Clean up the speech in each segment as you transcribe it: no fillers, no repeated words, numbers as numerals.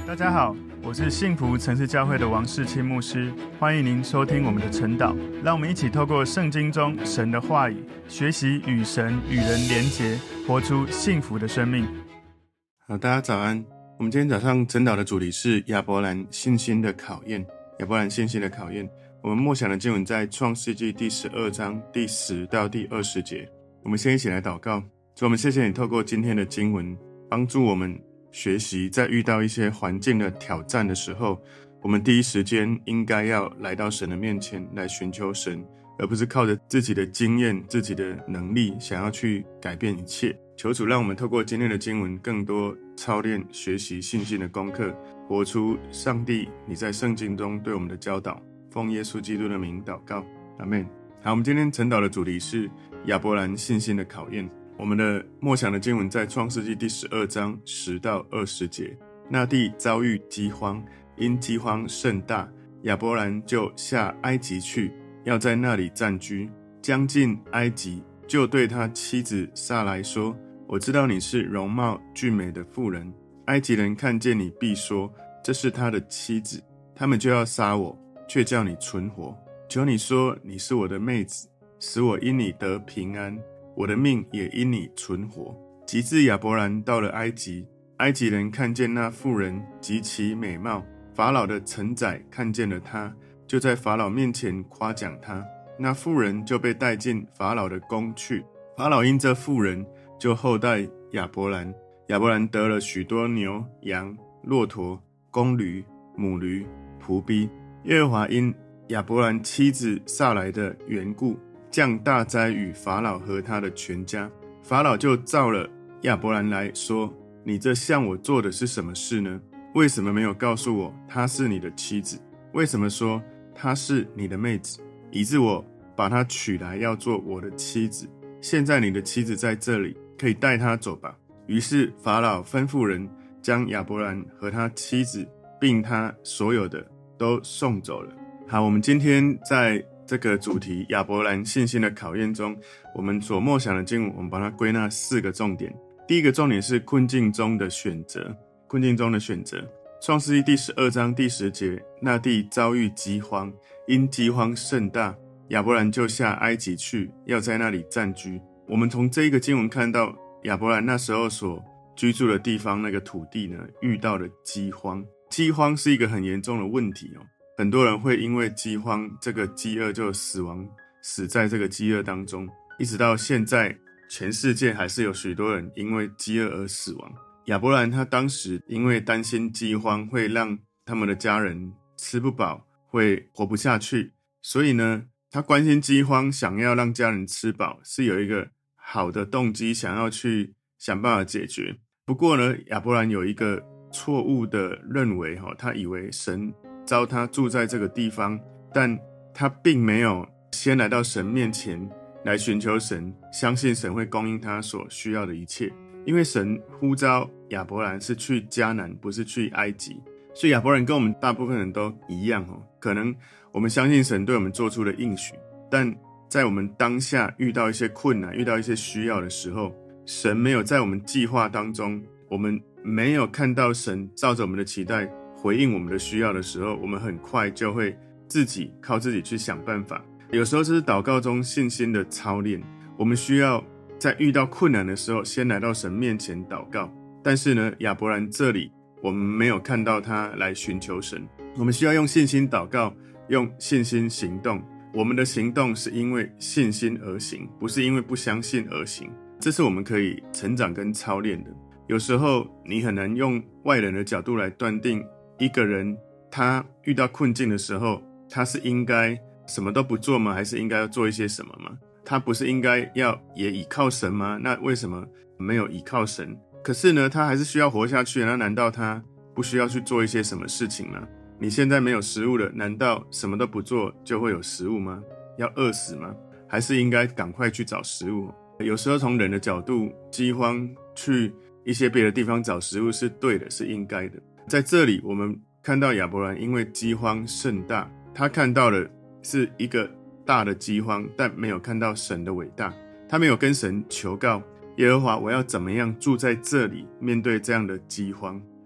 大家好，我是幸福城市教会的王世清牧师，欢迎您收听我们的晨祷。让我们一起透过圣经中神的话语，学习与神与人连结，活出幸福的生命。 好，大家早安。我们今天早上晨祷的主题是亚伯兰信心的考验。亚伯兰信心的考验，我们默想的经文在创世纪第12章第10到第20节。我们先一起来祷告。主，我们谢谢你透过今天的经文，帮助我们学习，在遇到一些环境的挑战的时候，我们第一时间应该要来到神的面前来寻求神，而不是靠着自己的经验、自己的能力想要去改变一切。求主让我们透过今天的经文更多操练学习信心的功课，活出上帝你在圣经中对我们的教导。奉耶稣基督的名祷告，阿们。好，我们今天晨祷的主题是亚伯兰信心的考验。我们的默想的经文在创世纪第12章10到20节。那地遭遇饥荒，因饥荒甚大，亚伯兰就下埃及去，要在那里暂居。将近埃及，就对他妻子撒来说，我知道你是容貌俊美的妇人，埃及人看见你必说，这是他的妻子，他们就要杀我，却叫你存活。求你说你是我的妹子，使我因你得平安，我的命也因你存活。及至亚伯兰到了埃及，埃及人看见那妇人极其美貌，法老的臣宰看见了她，就在法老面前夸奖她。那妇人就被带进法老的宫去。法老因这妇人就厚待亚伯兰。亚伯兰得了许多牛、羊、骆驼、公驴、母驴、仆婢。耶和华因亚伯兰妻子撒来的缘故，降大灾与法老和他的全家。法老就召了亚伯兰来说，你这向我做的是什么事呢？为什么没有告诉我她是你的妻子？为什么说她是你的妹子，以致我把她娶来要做我的妻子？现在你的妻子在这里，可以带她走吧。于是法老吩咐人将亚伯兰和他妻子并他所有的都送走了。好，我们今天在这个主题亚伯兰信心的考验中，我们所默想的经文，我们把它归纳4个重点。第一个重点是困境中的选择。困境中的选择，创世纪第12章第10节，那地遭遇饥荒，因饥荒甚大，亚伯兰就下埃及去，要在那里暂居。我们从这一个经文看到，亚伯兰那时候所居住的地方，那个土地呢，遇到了饥荒。饥荒是一个很严重的问题哦。很多人会因为饥荒这个饥饿就死在这个饥饿当中，一直到现在全世界还是有许多人因为饥饿而死亡。亚伯兰他当时因为担心饥荒会让他们的家人吃不饱，会活不下去，所以呢他关心饥荒，想要让家人吃饱，是有一个好的动机，想要去想办法解决。不过呢，亚伯兰有一个错误的认为，他以为神召他住在这个地方，但他并没有先来到神面前来寻求神，相信神会供应他所需要的一切。因为神呼召亚伯兰是去迦南，不是去埃及，所以亚伯兰跟我们大部分人都一样，可能我们相信神对我们做出的应许，但在我们当下遇到一些困难，遇到一些需要的时候，神没有在我们计划当中，我们没有看到神照着我们的期待回应我们的需要的时候，我们很快就会靠自己去想办法。有时候这是祷告中信心的操练，我们需要在遇到困难的时候先来到神面前祷告。但是呢，亚伯兰这里我们没有看到他来寻求神。我们需要用信心祷告，用信心行动。我们的行动是因为信心而行，不是因为不相信而行。这是我们可以成长跟操练的。有时候你很难用外人的角度来断定一个人他遇到困境的时候，他是应该什么都不做吗？还是应该要做一些什么吗？他不是应该要也倚靠神吗？那为什么没有倚靠神？可是呢，他还是需要活下去，那难道他不需要去做一些什么事情吗？你现在没有食物了，难道什么都不做就会有食物吗？要饿死吗？还是应该赶快去找食物？有时候从人的角度，饥荒去一些别的地方找食物是对的，是应该的。在这里我们看到亚伯兰因为饥荒甚大，他看到的是一个大的饥荒，但没有看到神的伟大。他没有跟神求告耶和华，我要怎么样住在这里面对这样的饥荒。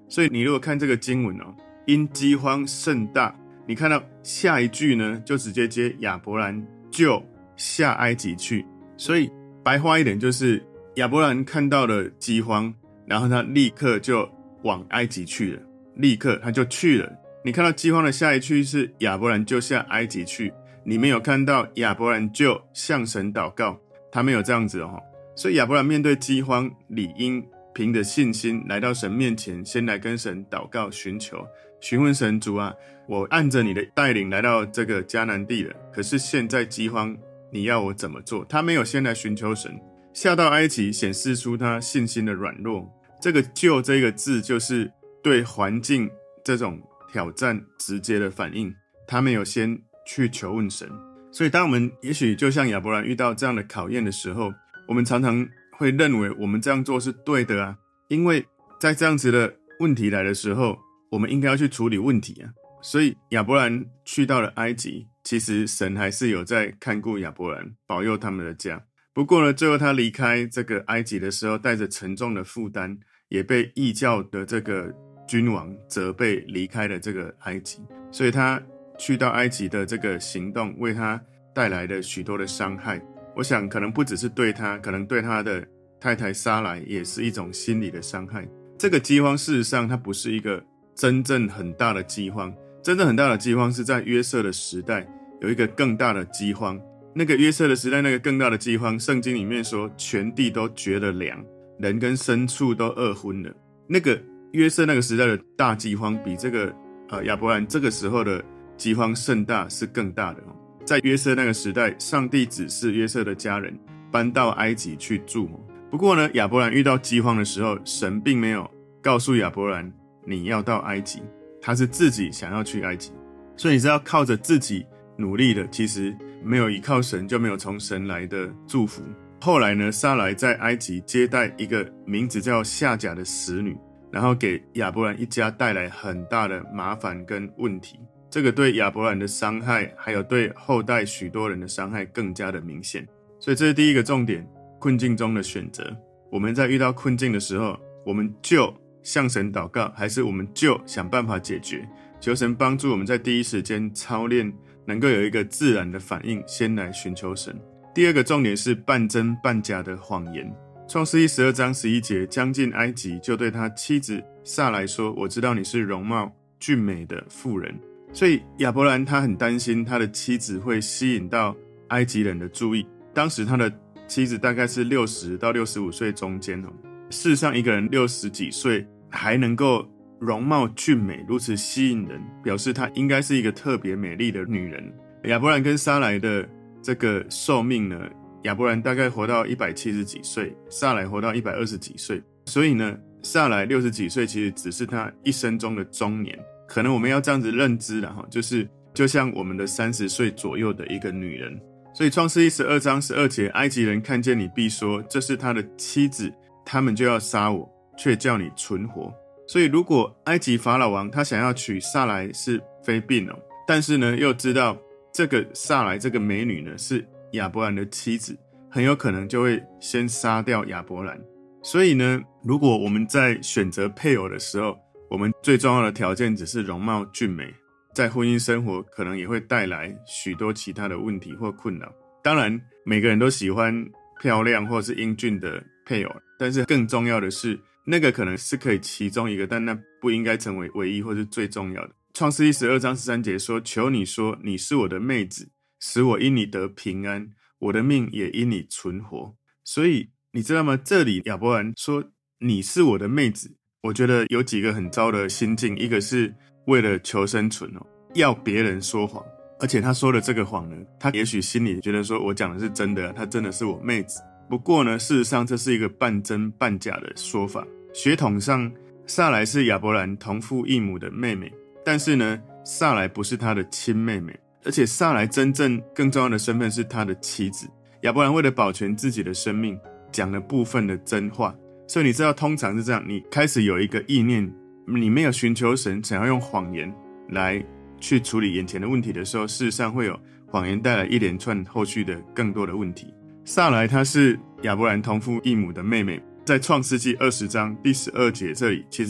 所以你如果看这个经文因饥荒甚大，你看到下一句呢就直接接亚伯兰就下埃及去。所以白话一点就是亚伯兰看到了饥荒，然后他立刻就往埃及去了，立刻他就去了。你看到饥荒的下一句是亚伯兰就下埃及去，你没有看到亚伯兰就向神祷告，他没有这样子所以亚伯兰面对饥荒，理应凭着信心来到神面前，先来跟神祷告寻求，询问神，主啊，我按着你的带领来到这个迦南地了，可是现在饥荒，你要我怎么做？他没有先来寻求神，下到埃及显示出他信心的软弱。这个就这个字就是对环境这种挑战直接的反应，他没有先去求问神。所以当我们也许就像亚伯兰遇到这样的考验的时候，我们常常会认为我们这样做是对的啊，因为在这样子的问题来的时候，我们应该要去处理问题啊。所以亚伯兰去到了埃及，其实神还是有在看顾亚伯兰，保佑他们的家。不过呢，最后他离开这个埃及的时候，带着沉重的负担，也被异教的这个君王责备离开了这个埃及。所以他去到埃及的这个行动，为他带来了许多的伤害。我想可能不只是对他，可能对他的太太撒莱也是一种心理的伤害。这个饥荒事实上它不是一个真正很大的饥荒，真正很大的饥荒是在约瑟的时代有一个更大的饥荒。那个约瑟的时代那个更大的饥荒，圣经里面说全地都绝了粮，人跟牲畜都饿昏了。那个约瑟那个时代的大饥荒比这个亚伯兰这个时候的饥荒甚大，是更大的。在约瑟那个时代，上帝指示约瑟的家人搬到埃及去住。不过呢，亚伯兰遇到饥荒的时候，神并没有告诉亚伯兰你要到埃及，他是自己想要去埃及。所以你是要靠着自己努力的，其实没有依靠神，就没有从神来的祝福。后来呢，撒莱在埃及接待一个名字叫夏甲的使女，然后给亚伯兰一家带来很大的麻烦跟问题。这个对亚伯兰的伤害，还有对后代许多人的伤害更加的明显。所以这是第一个重点，困境中的选择。我们在遇到困境的时候，我们就向神祷告，还是我们就想办法解决？求神帮助我们在第一时间操练，能够有一个自然的反应，先来寻求神。第二个重点是半真半假的谎言。创世记12章11节，将近埃及，就对他妻子撒来说，我知道你是容貌俊美的妇人。所以亚伯兰他很担心他的妻子会吸引到埃及人的注意。当时他的妻子大概是60到65岁中间。事实上一个人60几岁还能够容貌俊美，如此吸引人，表示她应该是一个特别美丽的女人。亚伯兰跟撒来的这个寿命呢，亚伯兰大概活到170几岁，撒来活到120几岁。所以呢，撒来60几岁其实只是他一生中的中年。可能我们要这样子认知啦，就是就像我们的30岁左右的一个女人。所以创世记12章12节，埃及人看见你必说，这是他的妻子，他们就要杀我，却叫你存活。所以如果埃及法老王他想要娶撒来是非病但是呢又知道这个撒来这个美女呢是亚伯兰的妻子，很有可能就会先杀掉亚伯兰。所以呢，如果我们在选择配偶的时候，我们最重要的条件只是容貌俊美，在婚姻生活可能也会带来许多其他的问题或困扰。当然每个人都喜欢漂亮或是英俊的配偶，但是更重要的是那个可能是可以其中一个，但那不应该成为唯一或是最重要的。创世记12章13节说，求你说你是我的妹子，使我因你得平安，我的命也因你存活。所以你知道吗，这里亚伯兰说你是我的妹子，我觉得有几个很糟的心境。一个是为了求生存要别人说谎，而且他说的这个谎呢，他也许心里觉得说我讲的是真的她真的是我妹子。不过呢，事实上这是一个半真半假的说法。血统上撒来是亚伯兰同父异母的妹妹，但是呢，撒来不是他的亲妹妹，而且撒来真正更重要的身份是他的妻子。亚伯兰为了保全自己的生命，讲了部分的真话。所以你知道通常是这样，你开始有一个意念，你没有寻求神，想要用谎言来去处理眼前的问题的时候，事实上会有谎言带来一连串后续的更多的问题。撒来她是亚伯兰同父异母的妹妹，在创世纪20章第12节这里，其实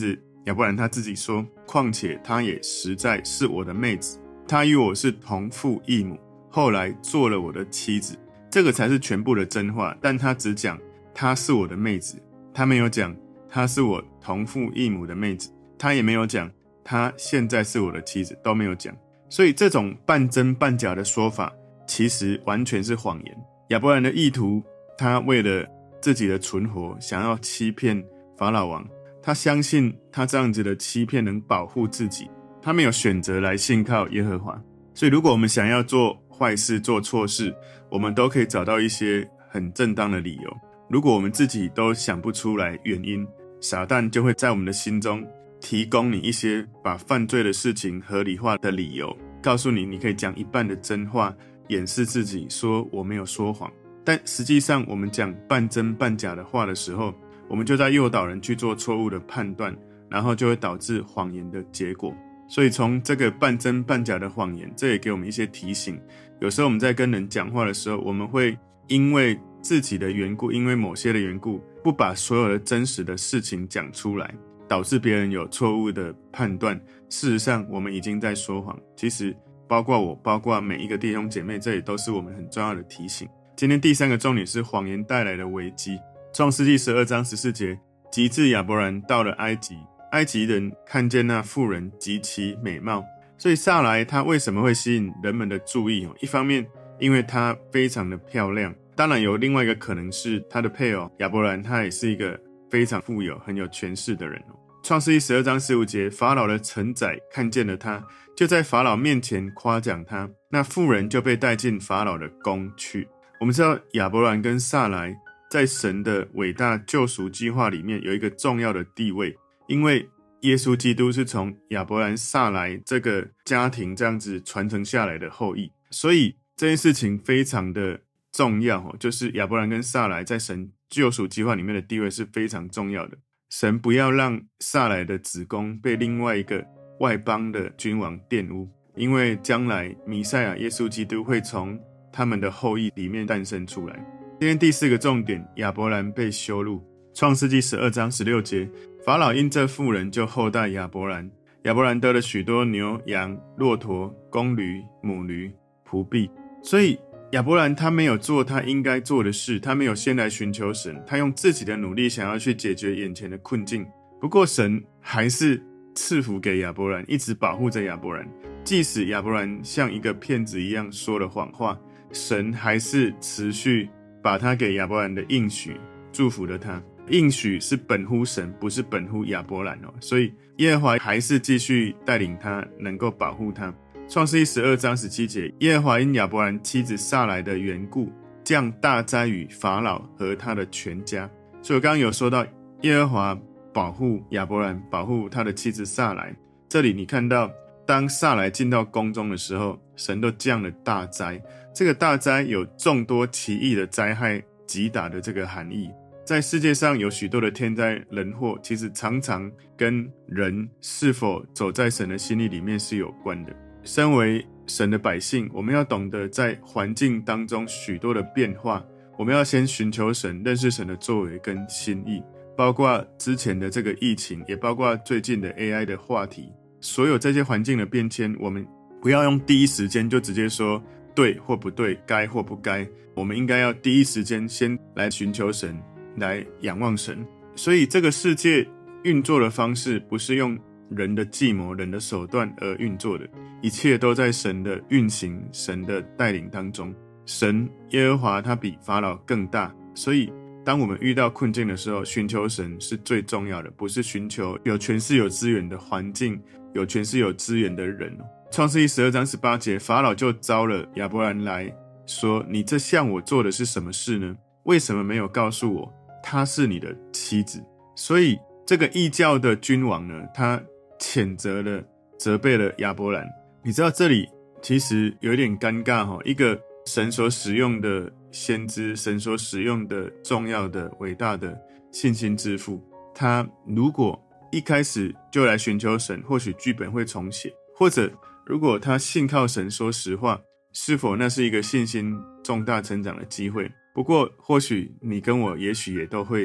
亚伯兰他自己说，况且她也实在是我的妹子，她与我是同父异母，后来做了我的妻子。这个才是全部的真话，但他只讲她是我的妹子，他没有讲她是我同父异母的妹子，他也没有讲她现在是我的妻子，都没有讲。所以这种半真半假的说法其实完全是谎言。亚伯兰的意图，他为了自己的存活想要欺骗法老王，他相信他这样子的欺骗能保护自己，他没有选择来信靠耶和华。所以如果我们想要做坏事做错事，我们都可以找到一些很正当的理由。如果我们自己都想不出来原因，撒旦就会在我们的心中提供你一些把犯罪的事情合理化的理由，告诉你你可以讲一半的真话掩饰自己，说我没有说谎。但实际上我们讲半真半假的话的时候，我们就在诱导人去做错误的判断，然后就会导致谎言的结果。所以从这个半真半假的谎言，这也给我们一些提醒。有时候我们在跟人讲话的时候，我们会因为自己的缘故，因为某些的缘故，不把所有的真实的事情讲出来，导致别人有错误的判断。事实上我们已经在说谎。其实包括我，包括每一个弟兄姐妹，这也都是我们很重要的提醒。今天第三个重点是谎言带来的危机。创世纪12章14节，及至亚伯兰到了埃及，埃及人看见那妇人极其美貌。所以撒来她为什么会吸引人们的注意？一方面因为她非常的漂亮，当然有另外一个可能是她的配偶亚伯兰他也是一个非常富有很有权势的人。创世纪12章15节，法老的臣宰看见了他，就在法老面前夸奖他，那妇人就被带进法老的宫去。我们知道亚伯兰跟撒来在神的伟大救赎计划里面有一个重要的地位，因为耶稣基督是从亚伯兰撒来这个家庭这样子传承下来的后裔，所以这件事情非常的重要，就是亚伯兰跟撒来在神救赎计划里面的地位是非常重要的。神不要让撒来的子宫被另外一个外邦的君王玷污，因为将来弥赛亚耶稣基督会从他们的后裔里面诞生出来。今天第四个重点，亚伯兰被羞辱。创世纪12章16节，法老因这妇人就厚待亚伯兰，亚伯兰得了许多牛羊骆驼公驴母驴仆婢。所以亚伯兰他没有做他应该做的事，他没有先来寻求神，他用自己的努力想要去解决眼前的困境。不过神还是赐福给亚伯兰，一直保护着亚伯兰。即使亚伯兰像一个骗子一样说了谎话，神还是持续把他给亚伯兰的应许祝福了他。应许是本乎神，不是本乎亚伯兰，所以耶和华还是继续带领他，能够保护他。创世记12章17节，耶和华因亚伯兰妻子撒来的缘故，降大灾于法老和他的全家。所以我刚刚有说到耶和华保护亚伯兰，保护他的妻子撒来。这里你看到当撒来进到宫中的时候，神都降了大灾。这个大灾有众多奇异的灾害击打的这个含义。在世界上有许多的天灾人祸，其实常常跟人是否走在神的心意里面是有关的。身为神的百姓，我们要懂得在环境当中许多的变化，我们要先寻求神，认识神的作为跟心意，包括之前的这个疫情，也包括最近的 AI 的话题。所有这些环境的变迁，我们不要用第一时间就直接说对或不对，该或不该，我们应该要第一时间先来寻求神，来仰望神。所以这个世界运作的方式不是用人的计谋人的手段而运作的，一切都在神的运行神的带领当中。神耶和华他比法老更大，所以当我们遇到困境的时候，寻求神是最重要的，不是寻求有权势有资源的环境，有权势有资源的人。创世记12章18节，法老就招了亚伯兰来说，你这向我做的是什么事呢？为什么没有告诉我她是你的妻子？所以这个异教的君王呢，他谴责了责备了亚伯兰。你知道这里其实有一点尴尬，一个神所使用的先知，神所使用的重要的伟大的信心之父，他如果一开始就来寻求神，或许剧本会重写，或者如果他信靠神，说实话，是否那是一个信心重大成长的机会？不过或许你跟我也许也都会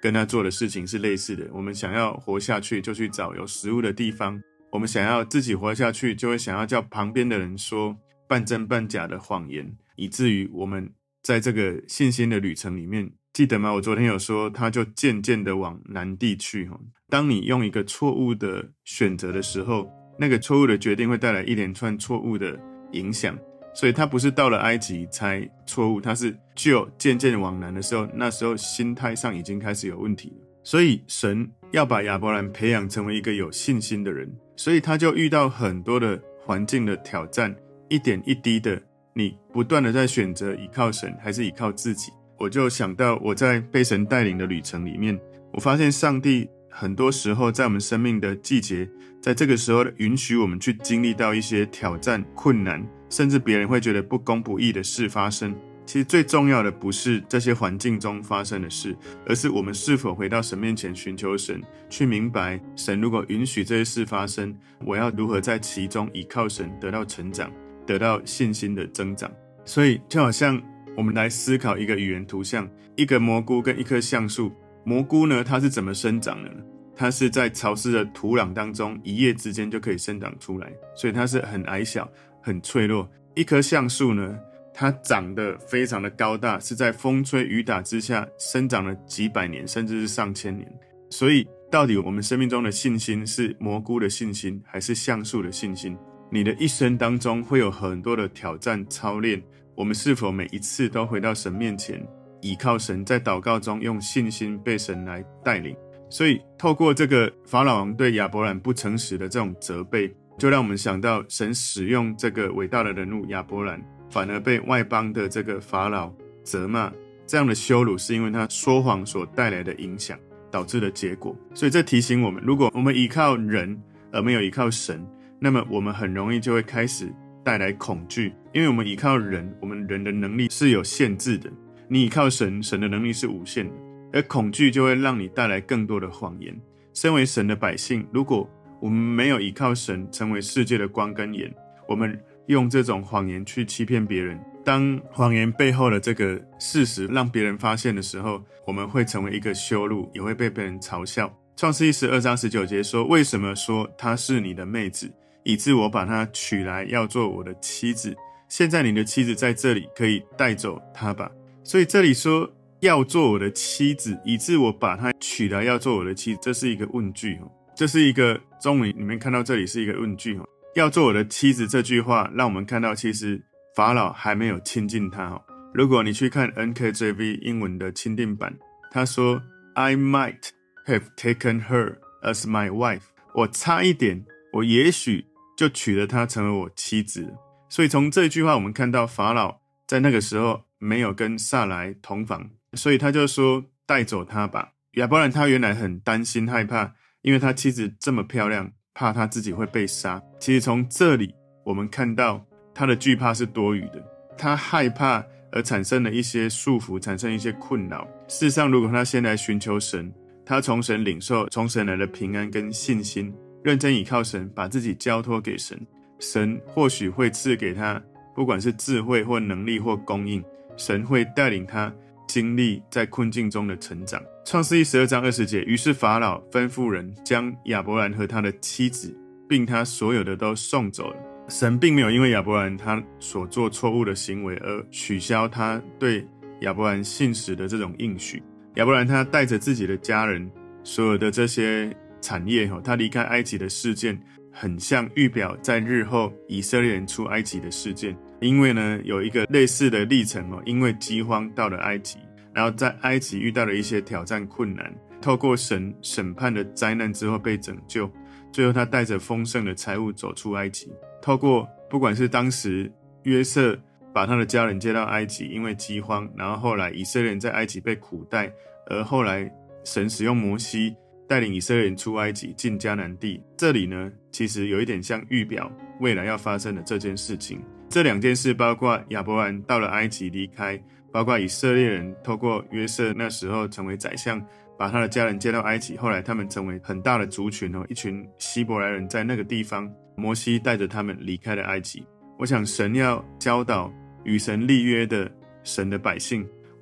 跟他做的事情是类似的。我们想要活下去，就去找有食物的地方；我们想要自己活下去，就会想要叫旁边的人说半真半假的谎言，以至于我们在这个信心的旅程里面，记得吗？我昨天有说，他就渐渐的往南地去。当你用一个错误的选择的时候，那个错误的决定会带来一连串错误的影响。所以他不是到了埃及才错误，他是就渐渐往南的时候，那时候心态上已经开始有问题了。所以神要把亚伯兰培养成为一个有信心的人，所以他就遇到很多的环境的挑战，一点一滴的，你不断的在选择依靠神还是依靠自己。我就想到我在被神带领的旅程里面，我发现上帝很多时候在我们生命的季节，在这个时候允许我们去经历到一些挑战、困难，甚至别人会觉得不公不义的事发生。其实最重要的不是这些环境中发生的事，而是我们是否回到神面前寻求神，去明白神如果允许这些事发生，我要如何在其中依靠神得到成长，得到信心的增长。所以就好像我们来思考一个语言图像，一个蘑菇跟一棵橡树。蘑菇呢，它是怎么生长的呢？它是在潮湿的土壤当中，一夜之间就可以生长出来，所以它是很矮小、很脆弱。一棵橡树呢，它长得非常的高大，是在风吹雨打之下生长了几百年，甚至是上千年。所以到底我们生命中的信心是蘑菇的信心，还是橡树的信心？你的一生当中会有很多的挑战操练，我们是否每一次都回到神面前，倚靠神，在祷告中用信心被神来带领？所以透过这个法老王对亚伯兰不诚实的这种责备，就让我们想到神使用这个伟大的人物亚伯兰，反而被外邦的这个法老责骂。这样的羞辱是因为他说谎所带来的影响导致的结果。所以这提醒我们，如果我们依靠人而没有依靠神，那么我们很容易就会开始带来恐惧，因为我们依靠人，我们人的能力是有限制的，你依靠神，神的能力是无限的，而恐惧就会让你带来更多的谎言。身为神的百姓，如果我们没有依靠神成为世界的光跟盐，我们用这种谎言去欺骗别人，当谎言背后的这个事实让别人发现的时候，我们会成为一个羞辱，也会被别人嘲笑。创世记12章19节说，为什么说她是你的妹子，以致我把她娶来要做我的妻子？现在你的妻子在这里，可以带走她吧。所以这里说要做我的妻子，以致我把她娶来要做我的妻子，这是一个问句。这是一个中文里面看到这里是一个问句。要做我的妻子这句话让我们看到其实法老还没有亲近他。如果你去看 NKJV 英文的钦定版，他说 I might have taken her as my wife， 我差一点，我也许就娶了她成为我妻子。所以从这句话我们看到法老在那个时候没有跟撒来同房，所以他就说带走她吧。亚伯兰他原来很担心害怕，因为他妻子这么漂亮，怕他自己会被杀。其实从这里我们看到他的惧怕是多余的，他害怕而产生了一些束缚，产生一些困扰。事实上如果他先来寻求神，他从神领受从神来的平安跟信心，认真倚靠神，把自己交托给神，神或许会赐给他不管是智慧或能力或供应，神会带领他经历在困境中的成长。创世记12章20节，于是法老吩咐人将亚伯兰和他的妻子并他所有的都送走了。神并没有因为亚伯兰他所做错误的行为而取消他对亚伯兰信实的这种应许。亚伯兰他带着自己的家人所有的这些产业，他离开埃及的事件很像预表在日后以色列人出埃及的事件。因为呢有一个类似的历程，因为饥荒到了埃及，然后在埃及遇到了一些挑战困难，透过神审判的灾难之后被拯救，最后他带着丰盛的财物走出埃及。透过不管是当时约瑟把他的家人接到埃及，因为饥荒，然后后来以色列人在埃及被苦待，而后来神使用摩西带领以色列人出埃及进迦南地。这里呢其实有一点像预表未来要发生的这件事情。这两件事包括亚伯兰到了埃及离开，包括以色列人透过约瑟那时候成为宰相，把他的家人接到埃及，后来他们成为很大的族群，一群希伯来人在那个地方，摩西带着他们离开了埃及。我想神要教导与神立约的神的百姓，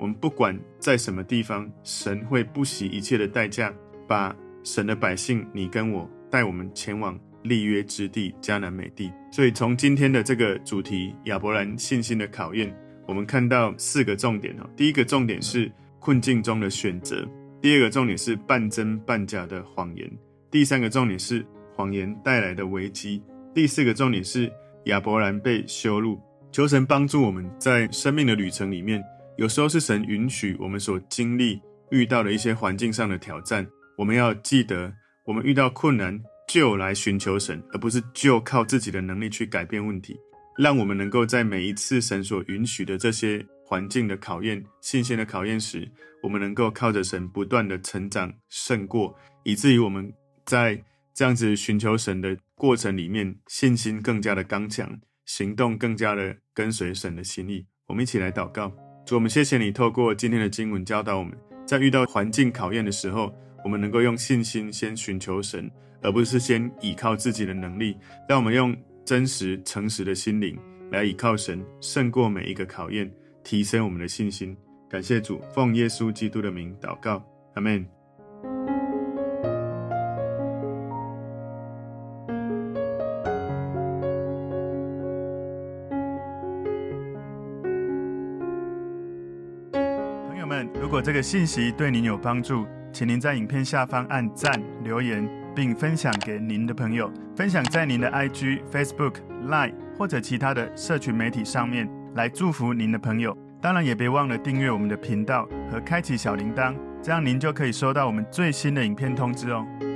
我们不管在什么地方，神会不惜一切的代价，把神的百姓你跟我带我们前往立约之地迦南美地。所以从今天的这个主题亚伯兰信心的考验，我们看到4个重点。第一个重点是困境中的选择，第二个重点是半真半假的谎言，第3个重点是谎言带来的危机，第4个重点是亚伯兰被羞辱。求神帮助我们在生命的旅程里面，有时候是神允许我们所经历遇到的一些环境上的挑战，我们要记得我们遇到困难就来寻求神，而不是就靠自己的能力去改变问题。让我们能够在每一次神所允许的这些环境的考验、信心的考验时，我们能够靠着神不断的成长胜过，以至于我们在这样子寻求神的过程里面，信心更加的刚强，行动更加的跟随神的心意。我们一起来祷告。主，我们谢谢你透过今天的经文教导我们，在遇到环境考验的时候，我们能够用信心先寻求神，而不是先倚靠自己的能力。让我们用真实诚实的心灵来倚靠神，胜过每一个考验，提升我们的信心。感谢主，奉耶稣基督的名祷告，阿们。 朋友们，如果这个信息对您有帮助，请您在影片下方按赞、留言，并分享给您的朋友，分享在您的 IG、Facebook、Line 或者其他的社群媒体上面，来祝福您的朋友。当然也别忘了订阅我们的频道和开启小铃铛，这样您就可以收到我们最新的影片通知哦。